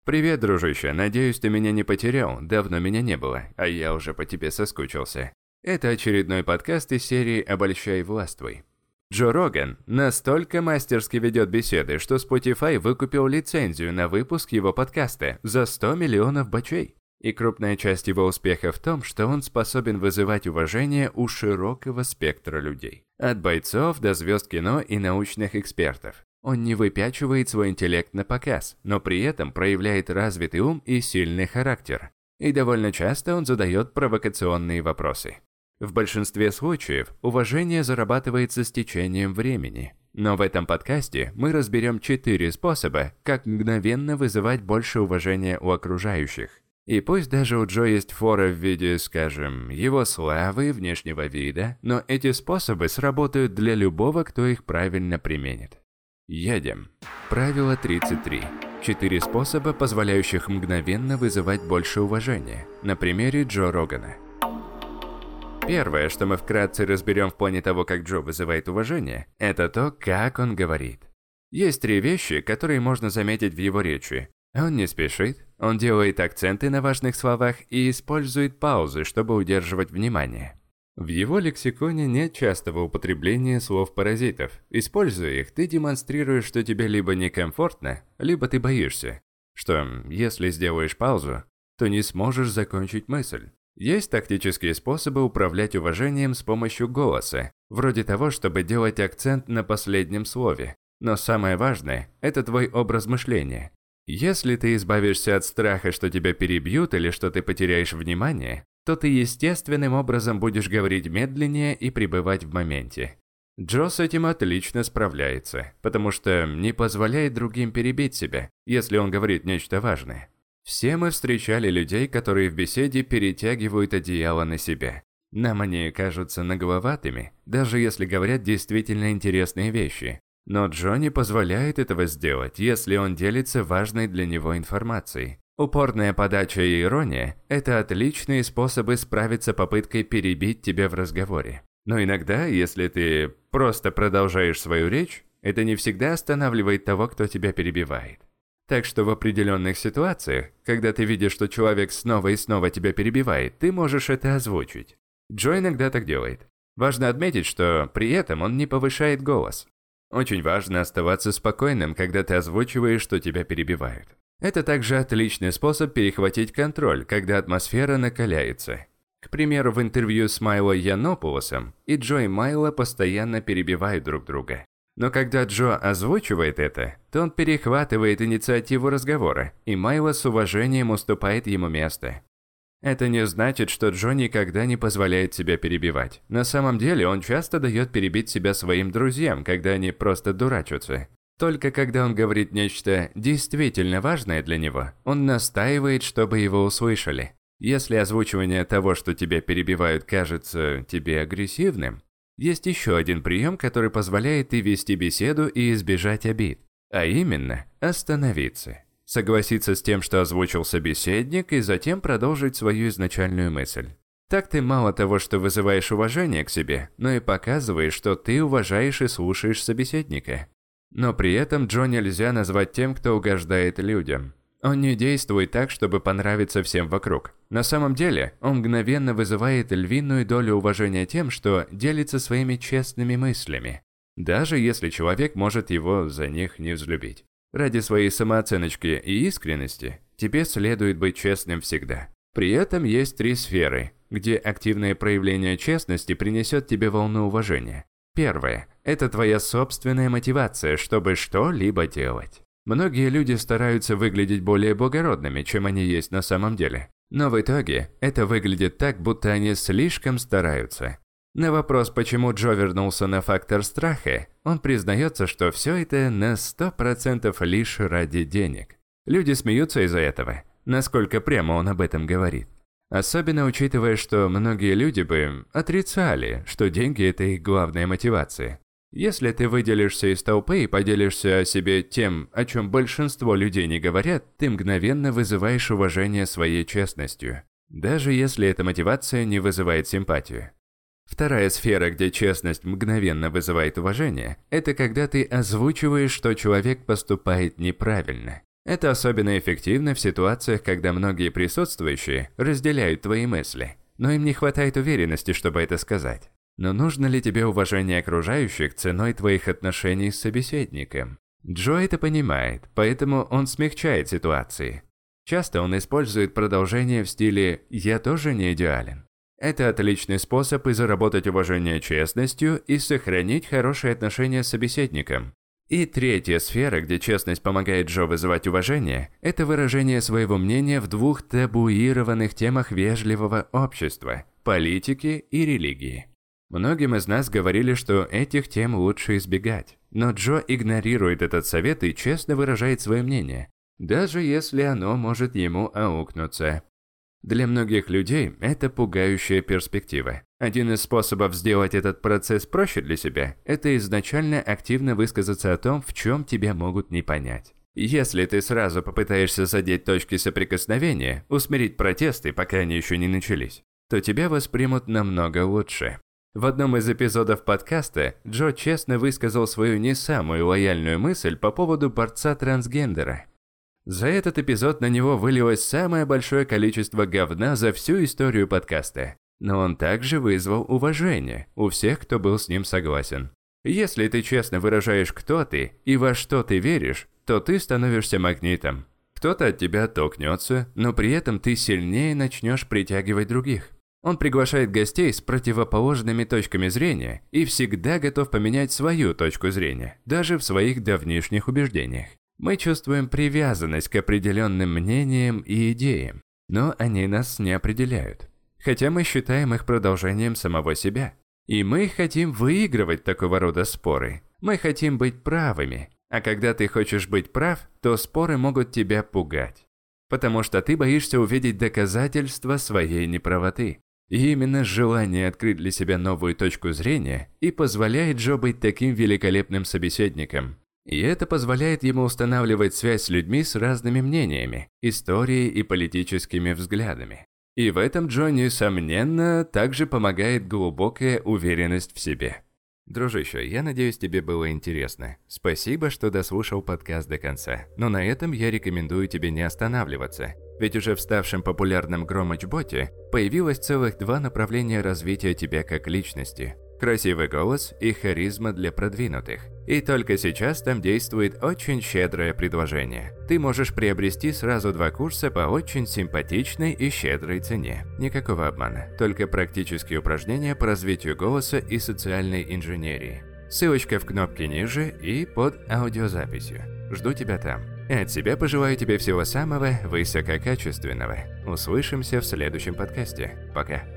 Привет, дружище, надеюсь, ты меня не потерял, давно меня не было, а я уже по тебе соскучился. Это очередной подкаст из серии «Обольщай, властвуй». Джо Роган настолько мастерски ведет беседы, что Spotify выкупил лицензию на выпуск его подкаста за 100 миллионов бачей. И крупная часть его успеха в том, что он способен вызывать уважение у широкого спектра людей. От бойцов до звезд кино и научных экспертов. Он не выпячивает свой интеллект на показ, но при этом проявляет развитый ум и сильный характер. И довольно часто он задает провокационные вопросы. В большинстве случаев уважение зарабатывается с течением времени. Но в этом подкасте мы разберем 4 способа, как мгновенно вызывать больше уважения у окружающих. И пусть даже у Джо есть фора в виде, скажем, его славы, внешнего вида, но эти способы сработают для любого, кто их правильно применит. Едем. Правило 33. 4 способа, позволяющих мгновенно вызывать больше уважения. На примере Джо Рогана. Первое, что мы вкратце разберем в плане того, как Джо вызывает уважение, это то, как он говорит. Есть 3 вещи, которые можно заметить в его речи. Он не спешит, он делает акценты на важных словах и использует паузы, чтобы удерживать внимание. В его лексиконе нет частого употребления слов-паразитов. Используя их, ты демонстрируешь, что тебе либо некомфортно, либо ты боишься, что, если сделаешь паузу, то не сможешь закончить мысль. Есть тактические способы управлять уважением с помощью голоса, вроде того, чтобы делать акцент на последнем слове. Но самое важное – это твой образ мышления. Если ты избавишься от страха, что тебя перебьют или что ты потеряешь внимание, то ты естественным образом будешь говорить медленнее и пребывать в моменте. Джо с этим отлично справляется, потому что не позволяет другим перебить себя, если он говорит нечто важное. Все мы встречали людей, которые в беседе перетягивают одеяло на себя. Нам они кажутся нагловатыми, даже если говорят действительно интересные вещи. Но Джо не позволяет этого сделать, если он делится важной для него информацией. Упорная подача и ирония – это отличные способы справиться с попыткой перебить тебя в разговоре. Но иногда, если ты просто продолжаешь свою речь, это не всегда останавливает того, кто тебя перебивает. Так что в определенных ситуациях, когда ты видишь, что человек снова и снова тебя перебивает, ты можешь это озвучить. Джо иногда так делает. Важно отметить, что при этом он не повышает голос. Очень важно оставаться спокойным, когда ты озвучиваешь, что тебя перебивают. Это также отличный способ перехватить контроль, когда атмосфера накаляется. К примеру, в интервью с Майло Янопулосом и Джо и Майло постоянно перебивают друг друга. Но когда Джо озвучивает это, то он перехватывает инициативу разговора, и Майло с уважением уступает ему место. Это не значит, что Джо никогда не позволяет себя перебивать. На самом деле он часто дает перебить себя своим друзьям, когда они просто дурачатся. Только когда он говорит нечто действительно важное для него, он настаивает, чтобы его услышали. Если озвучивание того, что тебя перебивают, кажется тебе агрессивным, есть еще один прием, который позволяет и вести беседу и избежать обид. А именно, остановиться. Согласиться с тем, что озвучил собеседник, и затем продолжить свою изначальную мысль. Так ты мало того, что вызываешь уважение к себе, но и показываешь, что ты уважаешь и слушаешь собеседника. Но при этом Джо нельзя назвать тем, кто угождает людям. Он не действует так, чтобы понравиться всем вокруг. На самом деле, он мгновенно вызывает львиную долю уважения тем, что делится своими честными мыслями, даже если человек может его за них не взлюбить. Ради своей самооценочки и искренности тебе следует быть честным всегда. При этом есть 3 сферы, где активное проявление честности принесет тебе волну уважения. Первое – это твоя собственная мотивация, чтобы что-либо делать. Многие люди стараются выглядеть более благородными, чем они есть на самом деле. Но в итоге это выглядит так, будто они слишком стараются. На вопрос, почему Джо вернулся на фактор страха, он признается, что все это на 100% лишь ради денег. Люди смеются из-за этого, насколько прямо он об этом говорит. Особенно учитывая, что многие люди бы отрицали, что деньги – это их главная мотивация. Если ты выделишься из толпы и поделишься о себе тем, о чем большинство людей не говорят, ты мгновенно вызываешь уважение своей честностью, даже если эта мотивация не вызывает симпатию. Вторая сфера, где честность мгновенно вызывает уважение, это когда ты озвучиваешь, что человек поступает неправильно. Это особенно эффективно в ситуациях, когда многие присутствующие разделяют твои мысли, но им не хватает уверенности, чтобы это сказать. Но нужно ли тебе уважение окружающих ценой твоих отношений с собеседником? Джо это понимает, поэтому он смягчает ситуации. Часто он использует продолжение в стиле «я тоже не идеален». Это отличный способ и заработать уважение честностью, и сохранить хорошие отношения с собеседником. И третья сфера, где честность помогает Джо вызывать уважение, это выражение своего мнения в двух табуированных темах вежливого общества – политики и религии. Многим из нас говорили, что этих тем лучше избегать, но Джо игнорирует этот совет и честно выражает свое мнение, даже если оно может ему аукнуться. Для многих людей это пугающая перспектива. Один из способов сделать этот процесс проще для себя – это изначально активно высказаться о том, в чем тебя могут не понять. Если ты сразу попытаешься задеть точки соприкосновения, усмирить протесты, пока они еще не начались, то тебя воспримут намного лучше. В одном из эпизодов подкаста Джо честно высказал свою не самую лояльную мысль по поводу борца-трансгендера. За этот эпизод на него вылилось самое большое количество говна за всю историю подкаста. Но он также вызвал уважение у всех, кто был с ним согласен. Если ты честно выражаешь, кто ты и во что ты веришь, то ты становишься магнитом. Кто-то от тебя оттолкнется, но при этом ты сильнее начнешь притягивать других. Он приглашает гостей с противоположными точками зрения и всегда готов поменять свою точку зрения, даже в своих давнишних убеждениях. Мы чувствуем привязанность к определенным мнениям и идеям, но они нас не определяют. Хотя мы считаем их продолжением самого себя. И мы хотим выигрывать такого рода споры. Мы хотим быть правыми. А когда ты хочешь быть прав, то споры могут тебя пугать. Потому что ты боишься увидеть доказательства своей неправоты. И именно желание открыть для себя новую точку зрения и позволяет Джо быть таким великолепным собеседником. И это позволяет ему устанавливать связь с людьми с разными мнениями, историей и политическими взглядами. И в этом Джо, несомненно, также помогает глубокая уверенность в себе. Дружище, я надеюсь, тебе было интересно. Спасибо, что дослушал подкаст до конца. Но на этом я рекомендую тебе не останавливаться. Ведь уже в ставшем популярном Громыч-боте появилось целых 2 направления развития тебя как личности. Красивый голос и харизма для продвинутых. И только сейчас там действует очень щедрое предложение. Ты можешь приобрести сразу 2 курса по очень симпатичной и щедрой цене. Никакого обмана, только практические упражнения по развитию голоса и социальной инженерии. Ссылочка в кнопке ниже и под аудиозаписью. Жду тебя там. И от себя пожелаю тебе всего самого высококачественного. Услышимся в следующем подкасте. Пока.